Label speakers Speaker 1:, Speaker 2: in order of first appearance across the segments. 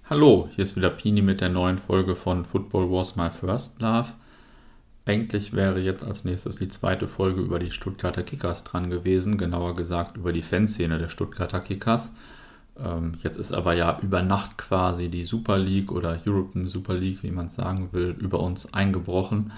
Speaker 1: Hallo, hier ist wieder Pini mit der neuen Folge von Football Was My First Love. Eigentlich wäre jetzt als nächstes die zweite Folge über die Stuttgarter Kickers dran gewesen, genauer gesagt über die Fanszene der Stuttgarter Kickers. Jetzt ist aber ja über Nacht quasi die Super League oder European Super League, wie man es sagen will, über uns eingebrochen.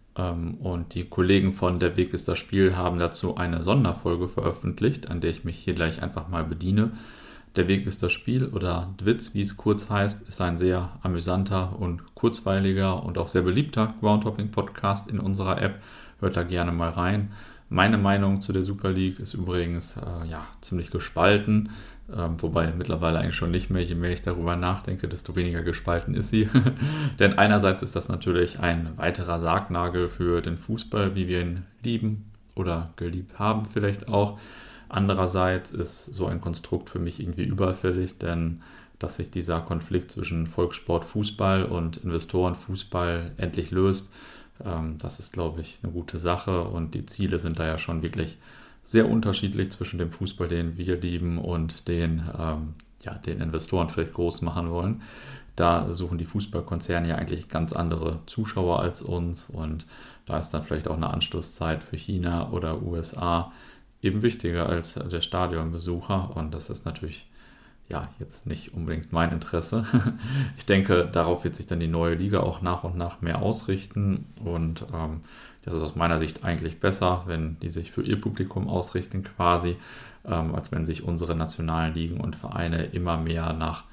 Speaker 1: Und die Kollegen von Der Weg ist das Spiel haben dazu eine Sonderfolge veröffentlicht, an der ich mich hier gleich einfach mal bediene. Der Weg ist das Spiel oder DWIZ, wie es kurz heißt, ist ein sehr amüsanter und kurzweiliger und auch sehr beliebter Groundhopping-Podcast in unserer App. Hört da gerne mal rein. Meine Meinung zu der Super League ist übrigens ziemlich gespalten, wobei mittlerweile eigentlich schon nicht mehr. Je mehr ich darüber nachdenke, desto weniger gespalten ist sie. Denn einerseits ist das natürlich ein weiterer Sargnagel für den Fußball, wie wir ihn lieben oder geliebt haben vielleicht auch. Andererseits ist so ein Konstrukt für mich irgendwie überfällig, denn dass sich dieser Konflikt zwischen Volkssport Fußball und Investoren Fußball endlich löst, das ist, glaube ich, eine gute Sache und die Ziele sind da ja schon wirklich sehr unterschiedlich zwischen dem Fußball, den wir lieben und den Investoren vielleicht groß machen wollen. Da suchen die Fußballkonzerne ja eigentlich ganz andere Zuschauer als uns und da ist dann vielleicht auch eine Anstoßzeit für China oder USA eben wichtiger als der Stadionbesucher und das ist natürlich jetzt nicht unbedingt mein Interesse. Ich denke, darauf wird sich dann die neue Liga auch nach und nach mehr ausrichten und das ist aus meiner Sicht eigentlich besser, wenn die sich für ihr Publikum ausrichten quasi, als wenn sich unsere nationalen Ligen und Vereine immer mehr nach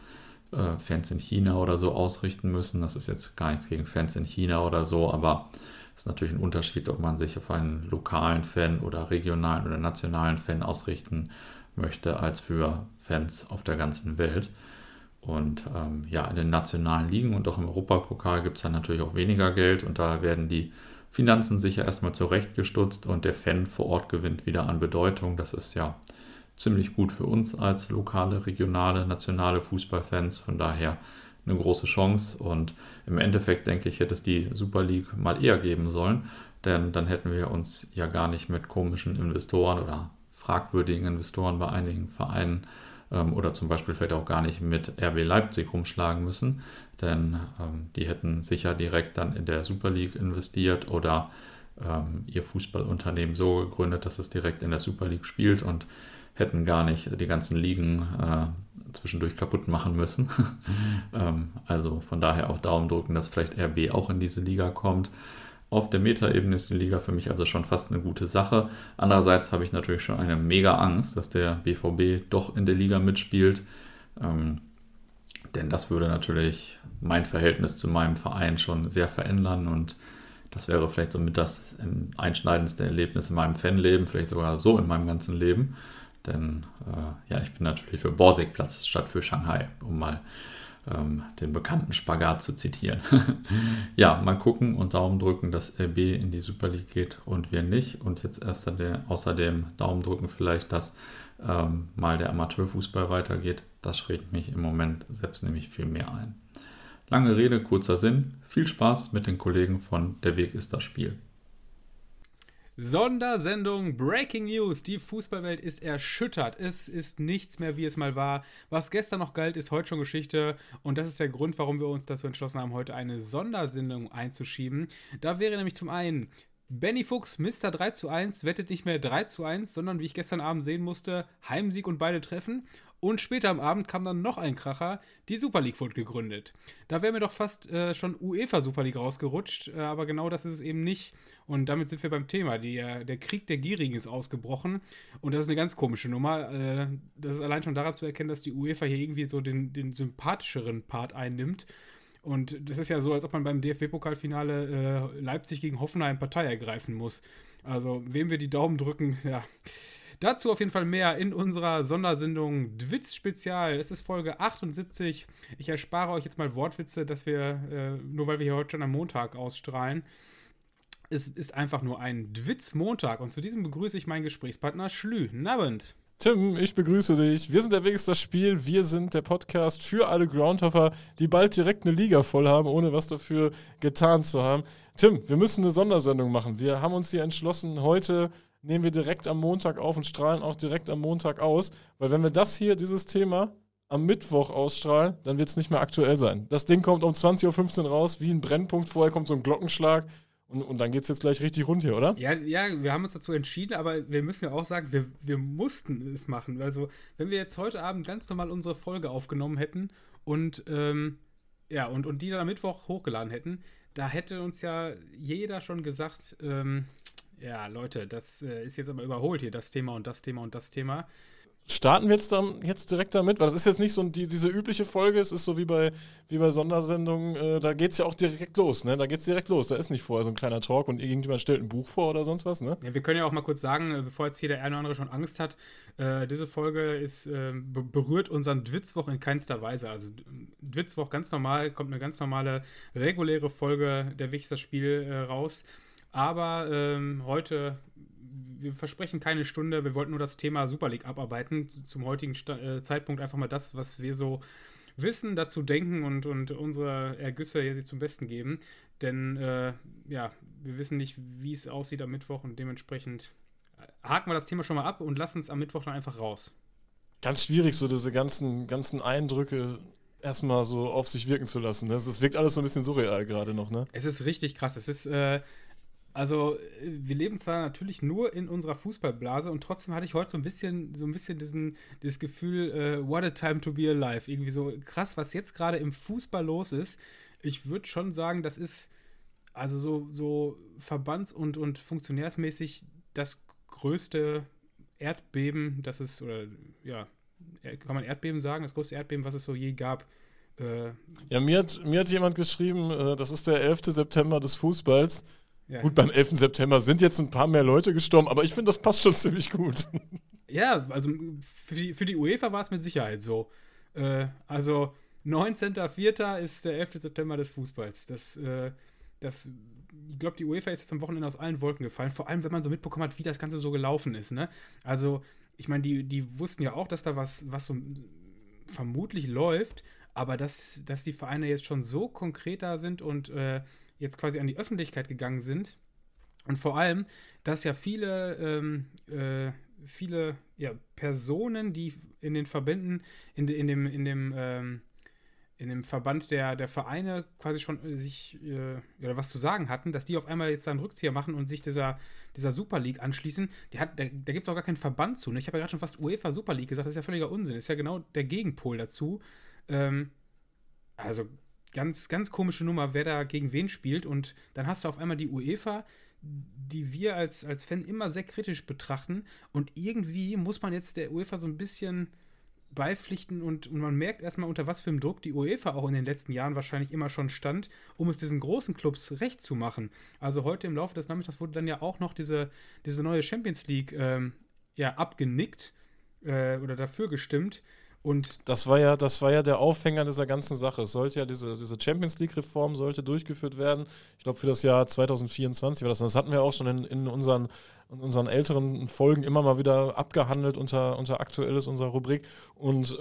Speaker 1: Fans in China oder so ausrichten müssen. Das ist jetzt gar nichts gegen Fans in China oder so, aber es ist natürlich ein Unterschied, ob man sich auf einen lokalen Fan oder regionalen oder nationalen Fan ausrichten möchte, als für Fans auf der ganzen Welt. Und in den nationalen Ligen und auch im Europapokal gibt es dann natürlich auch weniger Geld und da werden die Finanzen sicher erstmal zurechtgestutzt und der Fan vor Ort gewinnt wieder an Bedeutung. Das ist ja ziemlich gut für uns als lokale, regionale, nationale Fußballfans. Von daher eine große Chance und im Endeffekt denke ich, hätte es die Super League mal eher geben sollen, denn dann hätten wir uns ja gar nicht mit komischen Investoren oder fragwürdigen Investoren bei einigen Vereinen oder zum Beispiel vielleicht auch gar nicht mit RB Leipzig rumschlagen müssen, denn die hätten sicher direkt dann in der Super League investiert oder ihr Fußballunternehmen so gegründet, dass es direkt in der Super League spielt und hätten gar nicht die ganzen Ligen zwischendurch kaputt machen müssen. Also von daher auch Daumen drücken, dass vielleicht RB auch in diese Liga kommt. Auf der Metaebene ist die Liga für mich also schon fast eine gute Sache. Andererseits habe ich natürlich schon eine mega Angst, dass der BVB doch in der Liga mitspielt. Denn das würde natürlich mein Verhältnis zu meinem Verein schon sehr verändern und das wäre vielleicht somit das einschneidendste Erlebnis in meinem Fanleben, vielleicht sogar so in meinem ganzen Leben. Denn ich bin natürlich für Borsigplatz statt für Shanghai, um mal den bekannten Spagat zu zitieren. Ja, mal gucken und Daumen drücken, dass RB in die Super League geht und wir nicht. Und jetzt außerdem Daumen drücken vielleicht, dass mal der Amateurfußball weitergeht. Das schreckt mich im Moment selbst nämlich viel mehr ein. Lange Rede, kurzer Sinn. Viel Spaß mit den Kollegen von Der Weg ist das Spiel.
Speaker 2: Sondersendung Breaking News. Die Fußballwelt ist erschüttert. Es ist nichts mehr, wie es mal war. Was gestern noch galt, ist heute schon Geschichte. Und das ist der Grund, warum wir uns dazu entschlossen haben, heute eine Sondersendung einzuschieben. Da wäre nämlich zum einen Benny Fuchs, Mr. 3:1, wettet nicht mehr 3:1, sondern wie ich gestern Abend sehen musste, Heimsieg und beide treffen. Und später am Abend kam dann noch ein Kracher, die Super League wurde gegründet. Da wäre mir doch fast schon UEFA Super League rausgerutscht, aber genau das ist es eben nicht. Und damit sind wir beim Thema. Der Krieg der Gierigen ist ausgebrochen und das ist eine ganz komische Nummer. Das ist allein schon daran zu erkennen, dass die UEFA hier irgendwie so den sympathischeren Part einnimmt. Und das ist ja so, als ob man beim DFB-Pokalfinale Leipzig gegen Hoffenheim Partei ergreifen muss. Also, wem wir die Daumen drücken, ja. Dazu auf jeden Fall mehr in unserer Sondersendung DWIZ Spezial. Es ist Folge 78. Ich erspare euch jetzt mal Wortwitze, dass wir, nur weil wir hier heute schon am Montag ausstrahlen. Es ist einfach nur ein DWIZ Montag und zu diesem begrüße ich meinen Gesprächspartner Schlü. Guten Abend.
Speaker 3: Tim, ich begrüße dich. Wir sind Der Weg ist das Spiel. Wir sind der Podcast für alle Groundhopper, die bald direkt eine Liga voll haben, ohne was dafür getan zu haben. Tim, wir müssen eine Sondersendung machen. Wir haben uns hier entschlossen, heute nehmen wir direkt am Montag auf und strahlen auch direkt am Montag aus. Weil wenn wir dieses Thema am Mittwoch ausstrahlen, dann wird es nicht mehr aktuell sein. Das Ding kommt um 20.15 Uhr raus, wie ein Brennpunkt. Vorher kommt so ein Glockenschlag und dann geht es jetzt gleich richtig rund hier, oder?
Speaker 2: Ja, wir haben uns dazu entschieden, aber wir müssen ja auch sagen, wir mussten es machen. Also, wenn wir jetzt heute Abend ganz normal unsere Folge aufgenommen hätten und die dann am Mittwoch hochgeladen hätten, da hätte uns ja jeder schon gesagt, ja, Leute, das ist jetzt aber überholt hier, das Thema und das Thema und das Thema.
Speaker 3: Starten wir jetzt direkt damit? Weil das ist jetzt nicht so diese übliche Folge, es ist so wie bei Sondersendungen, da geht es ja auch direkt los, ne? Da geht's direkt los, da ist nicht vorher so ein kleiner Talk und irgendjemand stellt ein Buch vor oder sonst was, ne?
Speaker 2: Ja, wir können ja auch mal kurz sagen, bevor jetzt hier der eine oder andere schon Angst hat, diese Folge berührt unseren Dwitzwoch in keinster Weise. Also Dwitzwoch ganz normal, kommt eine ganz normale, reguläre Folge der Wichser Spiel raus. Aber heute, wir versprechen keine Stunde, wir wollten nur das Thema Super League abarbeiten. Zum heutigen Zeitpunkt einfach mal das, was wir so wissen, dazu denken und unsere Ergüsse hier zum Besten geben. Denn wir wissen nicht, wie es aussieht am Mittwoch und dementsprechend haken wir das Thema schon mal ab und lassen es am Mittwoch dann einfach raus.
Speaker 3: Ganz schwierig, so diese ganzen Eindrücke erstmal so auf sich wirken zu lassen. Ne? Das wirkt alles so ein bisschen surreal gerade noch, ne?
Speaker 2: Es ist richtig krass. Es ist, wir leben zwar natürlich nur in unserer Fußballblase und trotzdem hatte ich heute so ein bisschen dieses Gefühl, what a time to be alive. Irgendwie so krass, was jetzt gerade im Fußball los ist. Ich würde schon sagen, das ist also so verbands- und funktionärsmäßig das größte Erdbeben, das es, oder ja, kann man Erdbeben sagen, das größte Erdbeben, was es so je gab.
Speaker 3: Ja, mir hat jemand geschrieben, das ist der 11. September des Fußballs.
Speaker 2: Ja.
Speaker 3: Gut, beim 11. September sind jetzt ein paar mehr Leute gestorben, aber ich finde, das passt schon ziemlich gut.
Speaker 2: Ja, also für die UEFA war es mit Sicherheit so. 19.04. ist der 11. September des Fußballs. Ich glaube, die UEFA ist jetzt am Wochenende aus allen Wolken gefallen, vor allem, wenn man so mitbekommen hat, wie das Ganze so gelaufen ist, ne? Also, ich meine, die wussten ja auch, dass da was so vermutlich läuft, aber dass die Vereine jetzt schon so konkret da sind und jetzt quasi an die Öffentlichkeit gegangen sind und vor allem, dass ja viele Personen, die in den Verbänden, in dem Verband der Vereine quasi schon oder was zu sagen hatten, dass die auf einmal jetzt da einen Rückzieher machen und sich dieser Super League anschließen. Da gibt es auch gar keinen Verband zu. Ne? Ich habe ja gerade schon fast UEFA Super League gesagt, das ist ja völliger Unsinn. Das ist ja genau der Gegenpol dazu. Also ganz, ganz komische Nummer, wer da gegen wen spielt. Und dann hast du auf einmal die UEFA, die wir als Fan immer sehr kritisch betrachten. Und irgendwie muss man jetzt der UEFA so ein bisschen beipflichten und man merkt erstmal, unter was für einem Druck die UEFA auch in den letzten Jahren wahrscheinlich immer schon stand, um es diesen großen Clubs recht zu machen. Also heute im Laufe des Nachmittags wurde dann ja auch noch diese neue Champions League abgenickt oder dafür gestimmt. Und
Speaker 3: das war ja der Aufhänger dieser ganzen Sache. Es sollte ja diese Champions League-Reform sollte durchgeführt werden. Ich glaube, für das Jahr 2024 war das. Und das hatten wir auch schon in unseren älteren Folgen immer mal wieder abgehandelt unter Aktuelles, unserer Rubrik. Und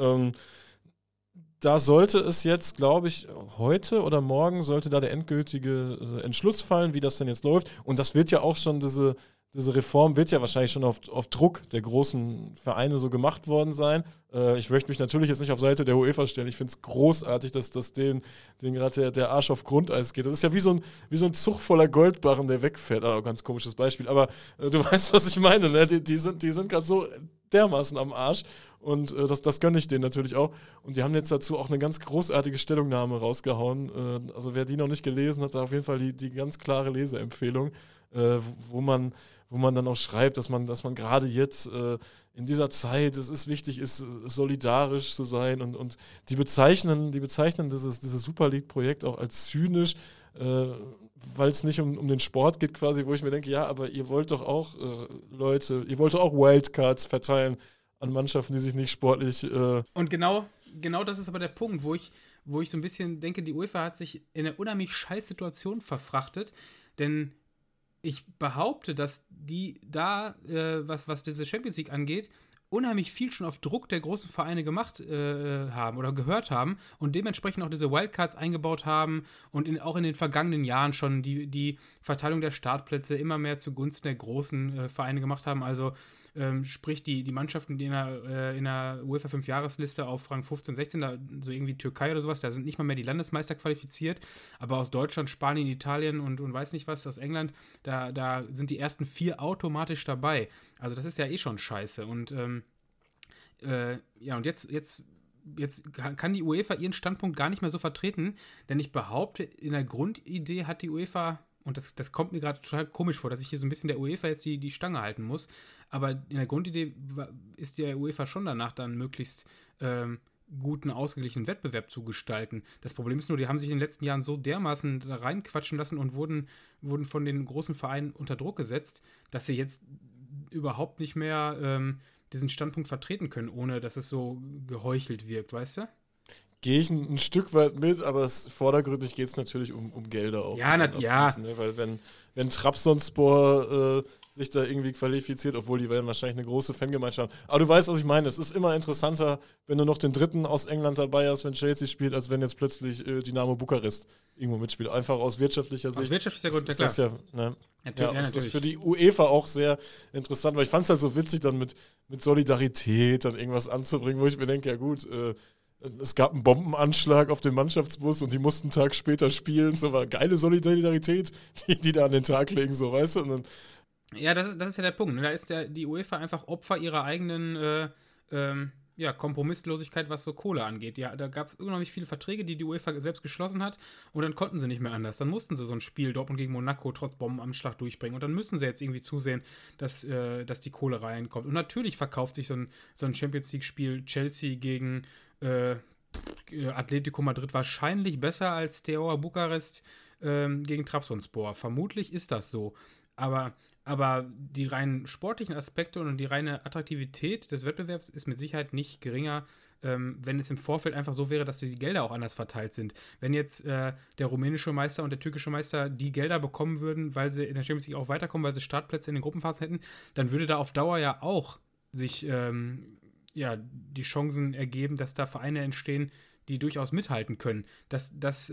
Speaker 3: da sollte es jetzt, glaube ich, heute oder morgen sollte da der endgültige Entschluss fallen, wie das denn jetzt läuft. Und das wird ja auch schon diese Reform wird ja wahrscheinlich schon auf Druck der großen Vereine so gemacht worden sein. Ich möchte mich natürlich jetzt nicht auf Seite der UEFA stellen. Ich finde es großartig, dass denen gerade der Arsch auf Grundeis geht. Das ist ja wie so ein Zug voller Goldbarren, der wegfährt. Also, ganz komisches Beispiel. Aber du weißt, was ich meine. Ne? Die sind gerade so dermaßen am Arsch. Und das gönne ich denen natürlich auch. Und die haben jetzt dazu auch eine ganz großartige Stellungnahme rausgehauen. Also wer die noch nicht gelesen hat, da auf jeden Fall die ganz klare Leseempfehlung, wo man dann auch schreibt, dass man gerade jetzt in dieser Zeit, es ist wichtig, ist solidarisch zu sein und die bezeichnen dieses Super League-Projekt auch als zynisch, weil es nicht um den Sport geht quasi, wo ich mir denke, ja, aber ihr wollt doch auch ihr wollt doch auch Wildcards verteilen an Mannschaften, die sich nicht sportlich...
Speaker 2: Und genau das ist aber der Punkt, wo ich so ein bisschen denke, die UEFA hat sich in eine unheimlich scheiß Situation verfrachtet, denn ich behaupte, dass die da, was diese Champions League angeht, unheimlich viel schon auf Druck der großen Vereine gemacht haben oder gehört haben und dementsprechend auch diese Wildcards eingebaut haben und auch in den vergangenen Jahren schon die Verteilung der Startplätze immer mehr zugunsten der großen Vereine gemacht haben. Also sprich die Mannschaften, die in der UEFA 5-Jahres-Liste auf Rang 15, 16, da so irgendwie Türkei oder sowas, da sind nicht mal mehr die Landesmeister qualifiziert, aber aus Deutschland, Spanien, Italien und weiß nicht was, aus England, da sind die ersten 4 automatisch dabei. Also das ist ja eh schon scheiße. Und und jetzt kann die UEFA ihren Standpunkt gar nicht mehr so vertreten, denn ich behaupte, in der Grundidee hat die UEFA, und das kommt mir gerade total komisch vor, dass ich hier so ein bisschen der UEFA jetzt die Stange halten muss, aber in der Grundidee ist der UEFA schon danach dann möglichst guten, ausgeglichenen Wettbewerb zu gestalten. Das Problem ist nur, die haben sich in den letzten Jahren so dermaßen da reinquatschen lassen und wurden von den großen Vereinen unter Druck gesetzt, dass sie jetzt überhaupt nicht mehr diesen Standpunkt vertreten können, ohne dass es so geheuchelt wirkt, weißt du?
Speaker 3: Gehe ich ein Stück weit mit, aber vordergründig geht es natürlich um Gelder auch.
Speaker 2: Ja,
Speaker 3: Fließen, ne? Weil wenn Trabzonspor sich da irgendwie qualifiziert, obwohl die werden wahrscheinlich eine große Fangemeinschaft haben. Aber du weißt, was ich meine. Es ist immer interessanter, wenn du noch den dritten aus England dabei hast, wenn Chelsea spielt, als wenn jetzt plötzlich Dynamo Bukarest irgendwo mitspielt. Einfach aus wirtschaftlicher Sicht.
Speaker 2: Aus wirtschaftlicher Grund,
Speaker 3: ist das ja, ne?
Speaker 2: Natürlich.
Speaker 3: Das ist für die UEFA auch sehr interessant, weil ich fand es halt so witzig, dann mit Solidarität dann irgendwas anzubringen, wo ich mir denke, ja gut, es gab einen Bombenanschlag auf den Mannschaftsbus und die mussten einen Tag später spielen. So war geile Solidarität, die da an den Tag legen, so, weißt du? Und dann,
Speaker 2: ja, das ist ja der Punkt. Ne? Da ist die UEFA einfach Opfer ihrer eigenen Kompromisslosigkeit, was so Kohle angeht. Ja, da gab es unheimlich viele Verträge, die UEFA selbst geschlossen hat und dann konnten sie nicht mehr anders. Dann mussten sie so ein Spiel Dortmund gegen Monaco trotz Bombenanschlag durchbringen und dann müssen sie jetzt irgendwie zusehen, dass die Kohle reinkommt. Und natürlich verkauft sich so ein Champions-League-Spiel Chelsea gegen Atletico Madrid wahrscheinlich besser als Steaua Bukarest gegen Trabzonspor. Vermutlich ist das so. Aber die rein sportlichen Aspekte und die reine Attraktivität des Wettbewerbs ist mit Sicherheit nicht geringer, wenn es im Vorfeld einfach so wäre, dass die Gelder auch anders verteilt sind. Wenn jetzt der rumänische Meister und der türkische Meister die Gelder bekommen würden, weil sie in der Champions League auch weiterkommen, weil sie Startplätze in den Gruppenphasen hätten, dann würde da auf Dauer ja auch sich die Chancen ergeben, dass da Vereine entstehen, die durchaus mithalten können. Dass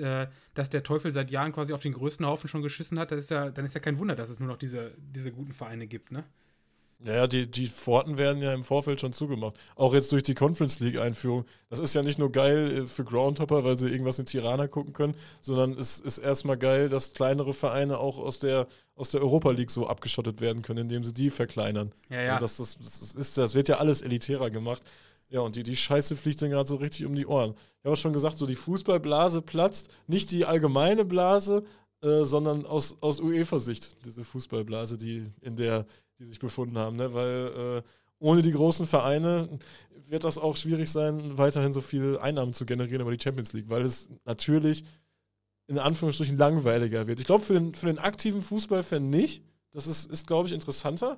Speaker 2: der Teufel seit Jahren quasi auf den größten Haufen schon geschissen hat, dann ist ja kein Wunder, dass es nur noch diese guten Vereine gibt, ne?
Speaker 3: Ja, die Pforten werden ja im Vorfeld schon zugemacht. Auch jetzt durch die Conference League-Einführung. Das ist ja nicht nur geil für Groundhopper, weil sie irgendwas in Tirana gucken können, sondern es ist erstmal geil, dass kleinere Vereine auch aus der Europa League so abgeschottet werden können, indem sie die verkleinern.
Speaker 2: Ja.
Speaker 3: Also das wird ja alles elitärer gemacht. Ja, und die Scheiße fliegt dann gerade so richtig um die Ohren. Ich habe auch schon gesagt, so die Fußballblase platzt, nicht die allgemeine Blase, sondern aus UEFA-Sicht, diese Fußballblase, die sich befunden haben, ne? Weil ohne die großen Vereine wird das auch schwierig sein, weiterhin so viele Einnahmen zu generieren über die Champions League, weil es natürlich in Anführungsstrichen langweiliger wird. Ich glaube, für den aktiven Fußballfan nicht. Das ist glaube ich, interessanter.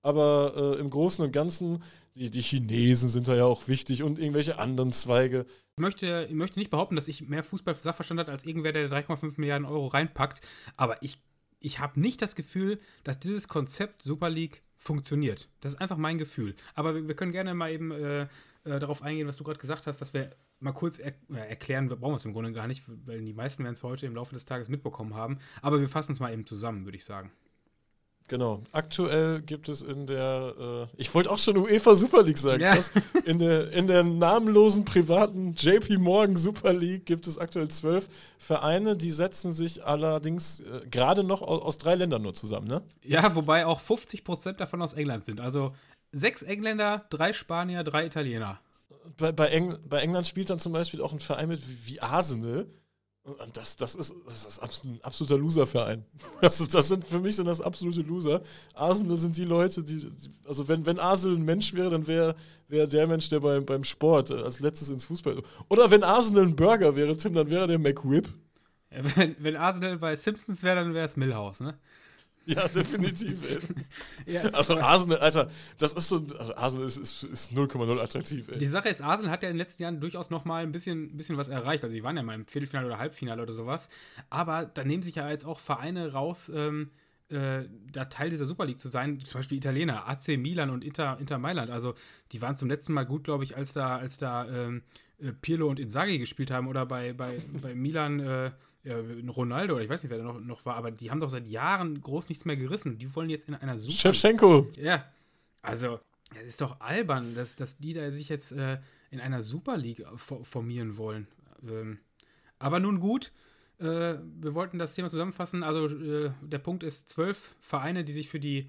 Speaker 3: Aber im Großen und Ganzen, die Chinesen sind da ja auch wichtig und irgendwelche anderen Zweige.
Speaker 2: Ich möchte nicht behaupten, dass ich mehr Fußball-Sachverstand habe als irgendwer, der 3,5 Milliarden Euro reinpackt. Aber ich habe nicht das Gefühl, dass dieses Konzept Super League funktioniert. Das ist einfach mein Gefühl. Aber wir können gerne mal eben darauf eingehen, was du gerade gesagt hast, dass wir mal kurz erklären, wir brauchen es im Grunde gar nicht, weil die meisten werden es heute im Laufe des Tages mitbekommen haben. Aber wir fassen es mal eben zusammen, würde ich sagen.
Speaker 3: Genau. Aktuell gibt es in der, ich wollte auch schon UEFA Super League sagen,
Speaker 2: ja.
Speaker 3: in der namenlosen privaten JP Morgan Super League gibt es aktuell 12 Vereine, die setzen sich allerdings gerade noch aus 3 Ländern nur zusammen, ne?
Speaker 2: Ja, wobei auch 50% davon aus England sind. Also 6 Engländer, 3 Spanier, 3 Italiener.
Speaker 3: Bei England spielt dann zum Beispiel auch ein Verein mit wie Arsenal. Und das ist ein absoluter Loser-Verein. Für mich sind das absolute Loser. Arsenal sind die Leute, also wenn Arsenal ein Mensch wäre, dann wäre der Mensch, der beim Sport als letztes ins Fußball. Oder wenn Arsenal ein Burger wäre, Tim, dann wäre der McRib.
Speaker 2: Ja, wenn Arsenal bei Simpsons wäre, dann wäre es Milhouse, ne?
Speaker 3: Ja, definitiv, ey.
Speaker 2: Ja,
Speaker 3: also Arsenal, Alter, das ist so, also Arsenal ist 0,0 attraktiv, ey.
Speaker 2: Die Sache ist, Arsenal hat ja in den letzten Jahren durchaus noch mal ein bisschen was erreicht. Also die waren ja mal im Viertelfinale oder Halbfinale oder sowas. Aber da nehmen sich ja jetzt auch Vereine raus, da Teil dieser Super League zu sein. Zum Beispiel Italiener, AC Milan und Inter Mailand. Also die waren zum letzten Mal gut, glaube ich, als da Pirlo und Inzaghi gespielt haben. Oder bei Milan Ronaldo, oder ich weiß nicht, wer da noch war, aber die haben doch seit Jahren groß nichts mehr gerissen. Die wollen jetzt in einer Super
Speaker 3: Shevchenko.
Speaker 2: Ja, also Es ist doch albern, dass die da sich jetzt in einer Super League formieren wollen. Aber nun gut, wir wollten das Thema zusammenfassen. Also der Punkt ist 12 Vereine, die sich für die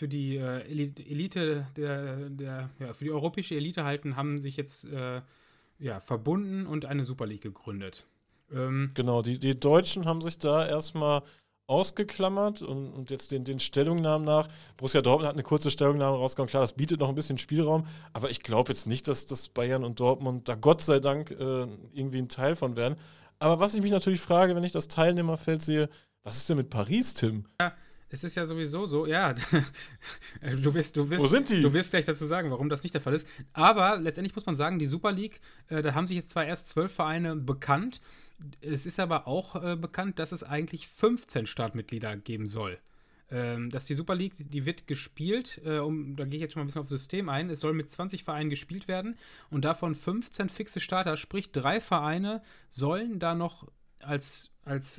Speaker 2: Elite für die europäische Elite halten, haben sich jetzt verbunden und eine Super League gegründet.
Speaker 3: Genau, die Deutschen haben sich da erstmal ausgeklammert und jetzt den Stellungnahmen nach. Borussia Dortmund hat eine kurze Stellungnahme rausgekommen. Klar, das bietet noch ein bisschen Spielraum, aber ich glaube jetzt nicht, dass das Bayern und Dortmund da Gott sei Dank irgendwie ein Teil von werden. Aber was ich mich natürlich frage, wenn ich das Teilnehmerfeld sehe, was ist denn mit Paris, Tim?
Speaker 2: Ja, es ist ja sowieso so, ja,
Speaker 3: Wo sind die?
Speaker 2: Du wirst gleich dazu sagen, warum das nicht der Fall ist. Aber letztendlich muss man sagen, die Super League, da haben sich jetzt zwar erst 12 Vereine bekannt, es ist aber auch bekannt, dass es eigentlich 15 Startmitglieder geben soll. Dass die Super League, die wird gespielt, da gehe ich jetzt schon mal ein bisschen aufs System ein, es soll mit 20 Vereinen gespielt werden und davon 15 fixe Starter, sprich 3 Vereine sollen da noch als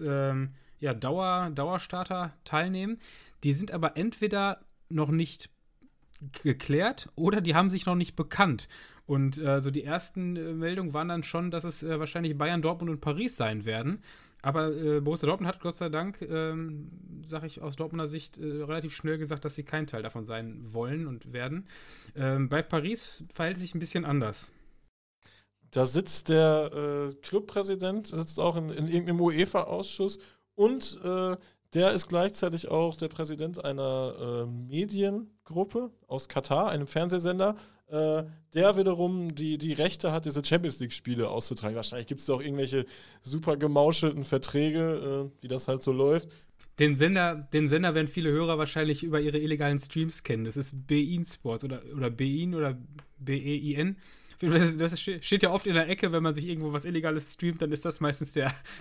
Speaker 2: Dauerstarter teilnehmen. Die sind aber entweder noch nicht geklärt oder die haben sich noch nicht bekannt. Und so die ersten Meldungen waren dann schon, dass es wahrscheinlich Bayern, Dortmund und Paris sein werden. Aber Borussia Dortmund hat Gott sei Dank, sage ich aus Dortmunder Sicht, relativ schnell gesagt, dass sie kein Teil davon sein wollen und werden. Bei Paris verhält es sich ein bisschen anders.
Speaker 3: Da sitzt der Clubpräsident, sitzt auch in irgendeinem UEFA-Ausschuss und der ist gleichzeitig auch der Präsident einer Mediengruppe aus Katar, einem Fernsehsender, der wiederum die Rechte hat, diese Champions-League-Spiele auszutragen. Wahrscheinlich gibt es da auch irgendwelche super gemauschelten Verträge, wie das halt so läuft.
Speaker 2: Den Sender werden viele Hörer wahrscheinlich über ihre illegalen Streams kennen. Das ist Bein Sports oder Bein oder BEIN. Das steht ja oft in der Ecke, wenn man sich irgendwo was Illegales streamt, dann ist das meistens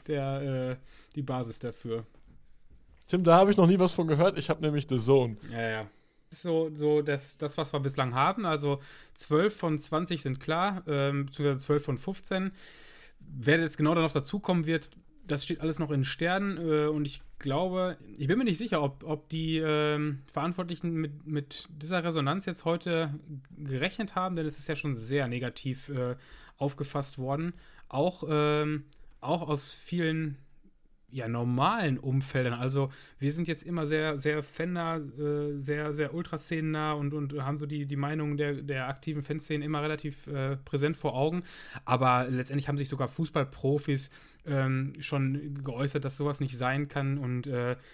Speaker 2: die Basis dafür.
Speaker 3: Tim, da habe ich noch nie was von gehört. Ich habe nämlich The Zone.
Speaker 2: Ja. So das, was wir bislang haben. Also 12 von 20 sind klar, beziehungsweise 12 von 15. Wer jetzt genau da noch dazukommen wird, das steht alles noch in Sternen. Und ich bin mir nicht sicher, ob die Verantwortlichen mit dieser Resonanz jetzt heute gerechnet haben, denn es ist ja schon sehr negativ aufgefasst worden. Auch aus vielen normalen Umfeldern. Also wir sind jetzt immer sehr, sehr Fan-nah, sehr, sehr ultraszenennah und haben so die Meinung der aktiven Fanszenen immer relativ präsent vor Augen. Aber letztendlich haben sich sogar Fußballprofis schon geäußert, dass sowas nicht sein kann. Und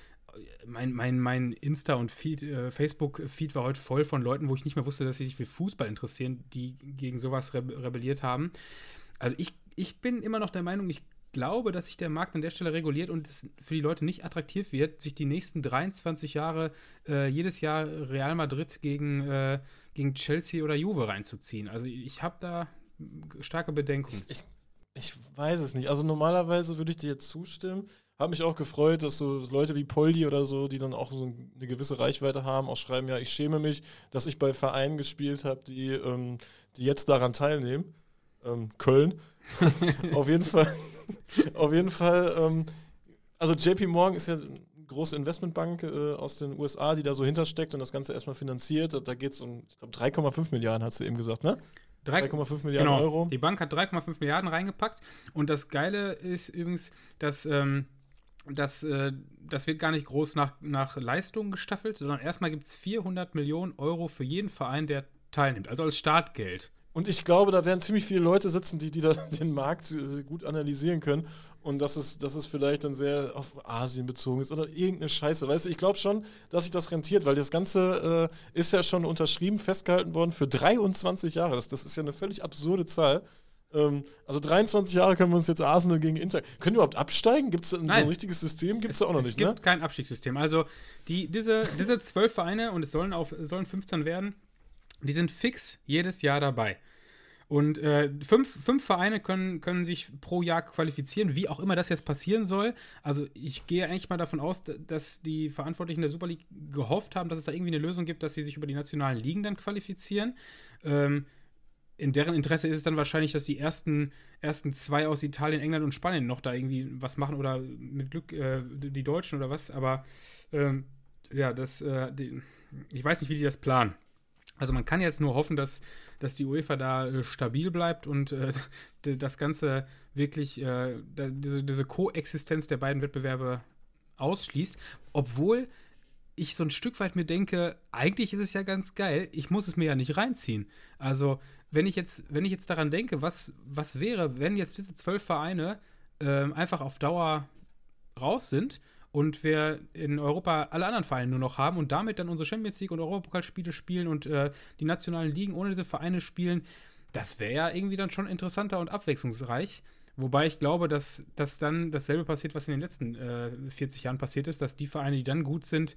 Speaker 2: mein Insta- und Facebook-Feed war heute voll von Leuten, wo ich nicht mehr wusste, dass sie sich für Fußball interessieren, die gegen sowas rebelliert haben. Also ich bin immer noch der Meinung, ich glaube, dass sich der Markt an der Stelle reguliert und es für die Leute nicht attraktiv wird, sich die nächsten 23 Jahre jedes Jahr Real Madrid gegen Chelsea oder Juve reinzuziehen. Also ich habe da starke Bedenken.
Speaker 3: Ich weiß es nicht. Also normalerweise würde ich dir jetzt zustimmen. Habe mich auch gefreut, dass so Leute wie Poldi oder so, die dann auch so eine gewisse Reichweite haben, auch schreiben, ja, ich schäme mich, dass ich bei Vereinen gespielt habe, die jetzt daran teilnehmen. Köln. Auf jeden Fall. Also JP Morgan ist ja eine große Investmentbank aus den USA, die da so hintersteckt und das Ganze erstmal finanziert. Da geht es um, ich glaube, 3,5 Milliarden, hast du eben gesagt, ne? 3,5 Milliarden Euro.
Speaker 2: Die Bank hat 3,5 Milliarden reingepackt und das Geile ist übrigens, dass das wird gar nicht groß nach Leistungen gestaffelt, sondern erstmal gibt es 400 Millionen Euro für jeden Verein, der teilnimmt, also als Startgeld.
Speaker 3: Und ich glaube, da werden ziemlich viele Leute sitzen, die da den Markt gut analysieren können. Und dass es vielleicht dann sehr auf Asien bezogen ist oder irgendeine Scheiße. Weißt du, ich glaube schon, dass sich das rentiert, weil das Ganze ist ja schon unterschrieben, festgehalten worden für 23 Jahre. Das ist ja eine völlig absurde Zahl. Also 23 Jahre können wir uns jetzt Arsenal gegen Inter. Können wir überhaupt absteigen? Gibt es so ein richtiges System? Gibt es da auch noch nicht, ne?
Speaker 2: Es gibt kein Abstiegssystem. Also diese 12 Vereine, und es sollen 15 werden, die sind fix jedes Jahr dabei. Und 5 Vereine können sich pro Jahr qualifizieren, wie auch immer das jetzt passieren soll. Also ich gehe eigentlich mal davon aus, dass die Verantwortlichen der Super League gehofft haben, dass es da irgendwie eine Lösung gibt, dass sie sich über die nationalen Ligen dann qualifizieren. In deren Interesse ist es dann wahrscheinlich, dass die ersten 2 aus Italien, England und Spanien noch da irgendwie was machen oder mit Glück die Deutschen oder was. Aber ich weiß nicht, wie die das planen. Also man kann jetzt nur hoffen, dass die UEFA da stabil bleibt und das Ganze wirklich diese Koexistenz der beiden Wettbewerbe ausschließt, obwohl ich so ein Stück weit mir denke, eigentlich ist es ja ganz geil, ich muss es mir ja nicht reinziehen. Also wenn ich jetzt daran denke, was wäre, wenn jetzt diese 12 Vereine einfach auf Dauer raus sind und wir in Europa alle anderen Vereine nur noch haben und damit dann unsere Champions League und Europapokalspiele spielen und die nationalen Ligen ohne diese Vereine spielen, das wäre ja irgendwie dann schon interessanter und abwechslungsreich. Wobei ich glaube, dass dann dasselbe passiert, was in den letzten 40 Jahren passiert ist, dass die Vereine, die dann gut sind,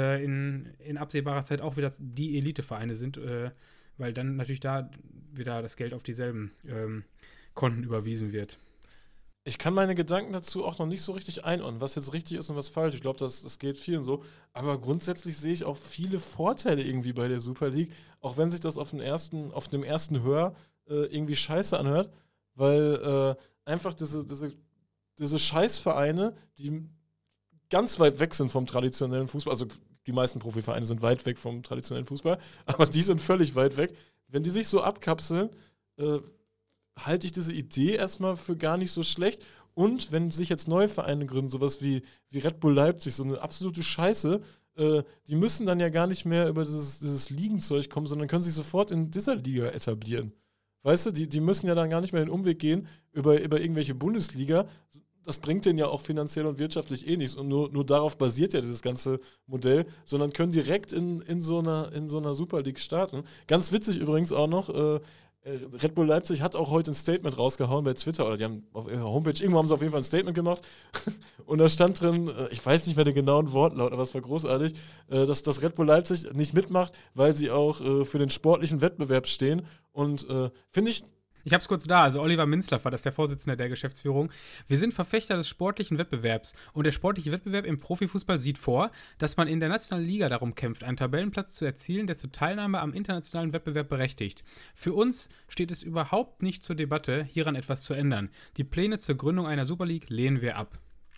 Speaker 2: in absehbarer Zeit auch wieder die Elitevereine sind, weil dann natürlich da wieder das Geld auf dieselben Konten überwiesen wird.
Speaker 3: Ich kann meine Gedanken dazu auch noch nicht so richtig einordnen, was jetzt richtig ist und was falsch. Ich glaube, das geht vielen so. Aber grundsätzlich sehe ich auch viele Vorteile irgendwie bei der Super League, auch wenn sich das auf dem ersten Hör irgendwie scheiße anhört, weil einfach diese Scheißvereine, die ganz weit weg sind vom traditionellen Fußball, also die meisten Profivereine sind weit weg vom traditionellen Fußball, aber die sind völlig weit weg. Wenn die sich so abkapseln, halte ich diese Idee erstmal für gar nicht so schlecht. Und wenn sich jetzt neue Vereine gründen, sowas wie Red Bull Leipzig, so eine absolute Scheiße, die müssen dann ja gar nicht mehr über dieses Ligenzeug kommen, sondern können sich sofort in dieser Liga etablieren. Weißt du, die müssen ja dann gar nicht mehr den Umweg gehen über irgendwelche Bundesliga. Das bringt denen ja auch finanziell und wirtschaftlich eh nichts. Und nur darauf basiert ja dieses ganze Modell, sondern können direkt in so einer Super League starten. Ganz witzig übrigens auch noch, Red Bull Leipzig hat auch heute ein Statement rausgehauen bei Twitter, oder die haben auf ihrer Homepage, irgendwo haben sie auf jeden Fall ein Statement gemacht und da stand drin, ich weiß nicht mehr den genauen Wortlaut, aber es war großartig, dass Red Bull Leipzig nicht mitmacht, weil sie auch für den sportlichen Wettbewerb stehen und finde ich.
Speaker 2: Ich habe es kurz da, also Oliver Minzlaff war das, der Vorsitzende der Geschäftsführung. Wir sind Verfechter des sportlichen Wettbewerbs und der sportliche Wettbewerb im Profifußball sieht vor, dass man in der nationalen Liga darum kämpft, einen Tabellenplatz zu erzielen, der zur Teilnahme am internationalen Wettbewerb berechtigt. Für uns steht es überhaupt nicht zur Debatte, hieran etwas zu ändern. Die Pläne zur Gründung einer Super League lehnen wir ab.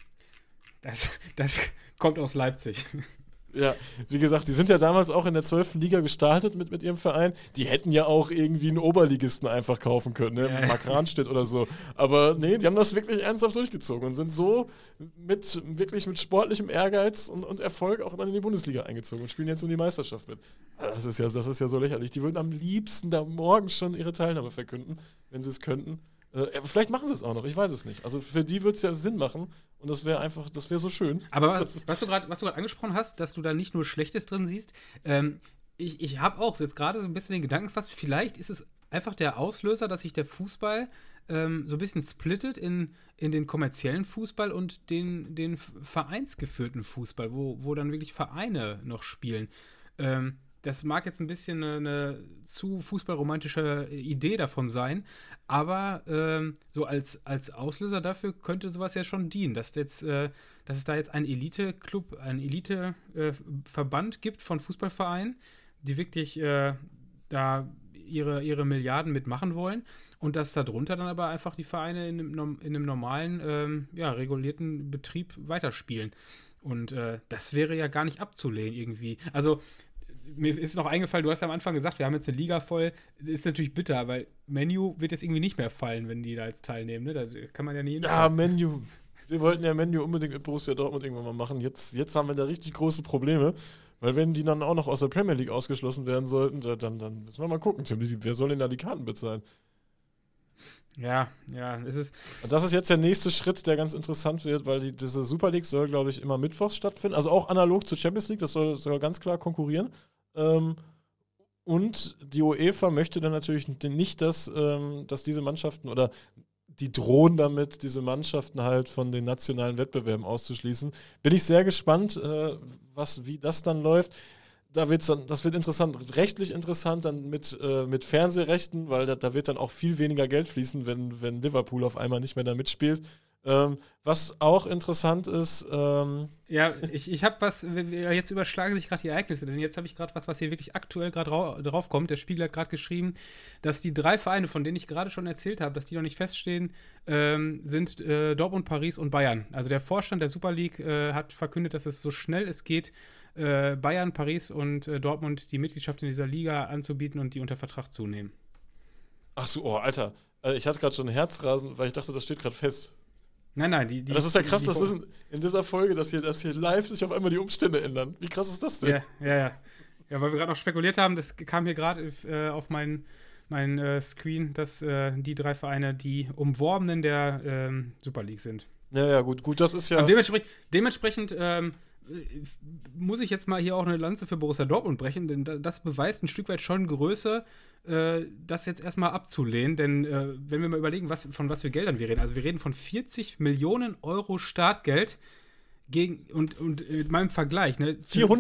Speaker 2: Das kommt aus Leipzig.
Speaker 3: Ja, wie gesagt, die sind ja damals auch in der 12. Liga gestartet mit ihrem Verein. Die hätten ja auch irgendwie einen Oberligisten einfach kaufen können, ne?
Speaker 2: Ja.
Speaker 3: Mark Ranstedt oder so. Aber nee, die haben das wirklich ernsthaft durchgezogen und sind so wirklich mit sportlichem Ehrgeiz und Erfolg auch dann in die Bundesliga eingezogen und spielen jetzt um die Meisterschaft mit. Das ist ja so lächerlich. Die würden am liebsten da morgen schon ihre Teilnahme verkünden, wenn sie es könnten. Vielleicht machen sie es auch noch, ich weiß es nicht. Also für die würde es ja Sinn machen und das wäre so schön.
Speaker 2: Aber was du gerade angesprochen hast, dass du da nicht nur Schlechtes drin siehst, ich habe auch jetzt gerade so ein bisschen den Gedanken gefasst, vielleicht ist es einfach der Auslöser, dass sich der Fußball so ein bisschen splittet in den kommerziellen Fußball und den vereinsgeführten Fußball, wo dann wirklich Vereine noch spielen. Das mag jetzt ein bisschen eine zu fußballromantische Idee davon sein, aber so als Auslöser dafür könnte sowas ja schon dienen, dass es da jetzt einen Elite-Club, einen Elite-Verband gibt von Fußballvereinen, die wirklich da ihre Milliarden mitmachen wollen und dass darunter dann aber einfach die Vereine in einem normalen, regulierten Betrieb weiterspielen. Und das wäre ja gar nicht abzulehnen irgendwie. Also mir ist noch eingefallen, du hast ja am Anfang gesagt, wir haben jetzt eine Liga voll. Das ist natürlich bitter, weil Menu wird jetzt irgendwie nicht mehr fallen, wenn die da jetzt teilnehmen. Ne? Da kann man ja nie hinfahren.
Speaker 3: Ja, Menu. Wir wollten ja Menu unbedingt mit Borussia Dortmund irgendwann mal machen. Jetzt haben wir da richtig große Probleme, weil wenn die dann auch noch aus der Premier League ausgeschlossen werden sollten, dann müssen wir mal gucken. Wer soll denn da die Karten bezahlen?
Speaker 2: Ja, es ist.
Speaker 3: Und das ist jetzt der nächste Schritt, der ganz interessant wird, weil diese Super League soll, glaube ich, immer mittwochs stattfinden. Also auch analog zur Champions League, das soll ganz klar konkurrieren. Und die UEFA möchte dann natürlich nicht, dass diese Mannschaften oder die drohen damit, diese Mannschaften halt von den nationalen Wettbewerben auszuschließen. Bin ich sehr gespannt, wie das dann läuft. Das wird interessant, rechtlich interessant, dann mit Fernsehrechten, weil da wird dann auch viel weniger Geld fließen, wenn Liverpool auf einmal nicht mehr da mitspielt. Was auch interessant ist.
Speaker 2: Ich habe was, jetzt überschlagen sich gerade die Ereignisse, denn jetzt habe ich gerade was hier wirklich aktuell gerade drauf kommt. Der Spiegel hat gerade geschrieben, dass die 3 Vereine, von denen ich gerade schon erzählt habe, dass die noch nicht feststehen, sind Dortmund, Paris und Bayern. Also der Vorstand der Super League hat verkündet, dass es so schnell es geht Bayern, Paris und Dortmund die Mitgliedschaft in dieser Liga anzubieten und die unter Vertrag zu nehmen.
Speaker 3: Ach so, oh, Alter. Ich hatte gerade schon Herzrasen, weil ich dachte, das steht gerade fest.
Speaker 2: Nein.
Speaker 3: Das ist ja krass, das ist in dieser Folge, dass hier live sich auf einmal die Umstände ändern. Wie krass ist das denn?
Speaker 2: Ja, weil wir gerade noch spekuliert haben, das kam hier gerade auf mein Screen, dass die 3 Vereine die Umworbenen der Super League sind.
Speaker 3: Ja, gut, das ist ja...
Speaker 2: Aber dementsprechend muss ich jetzt mal hier auch eine Lanze für Borussia Dortmund brechen, denn das beweist ein Stück weit schon Größe, das jetzt erstmal abzulehnen, denn wenn wir mal überlegen, von was für Geldern wir reden, also wir reden von 40 Millionen Euro Startgeld und mit meinem Vergleich, ne?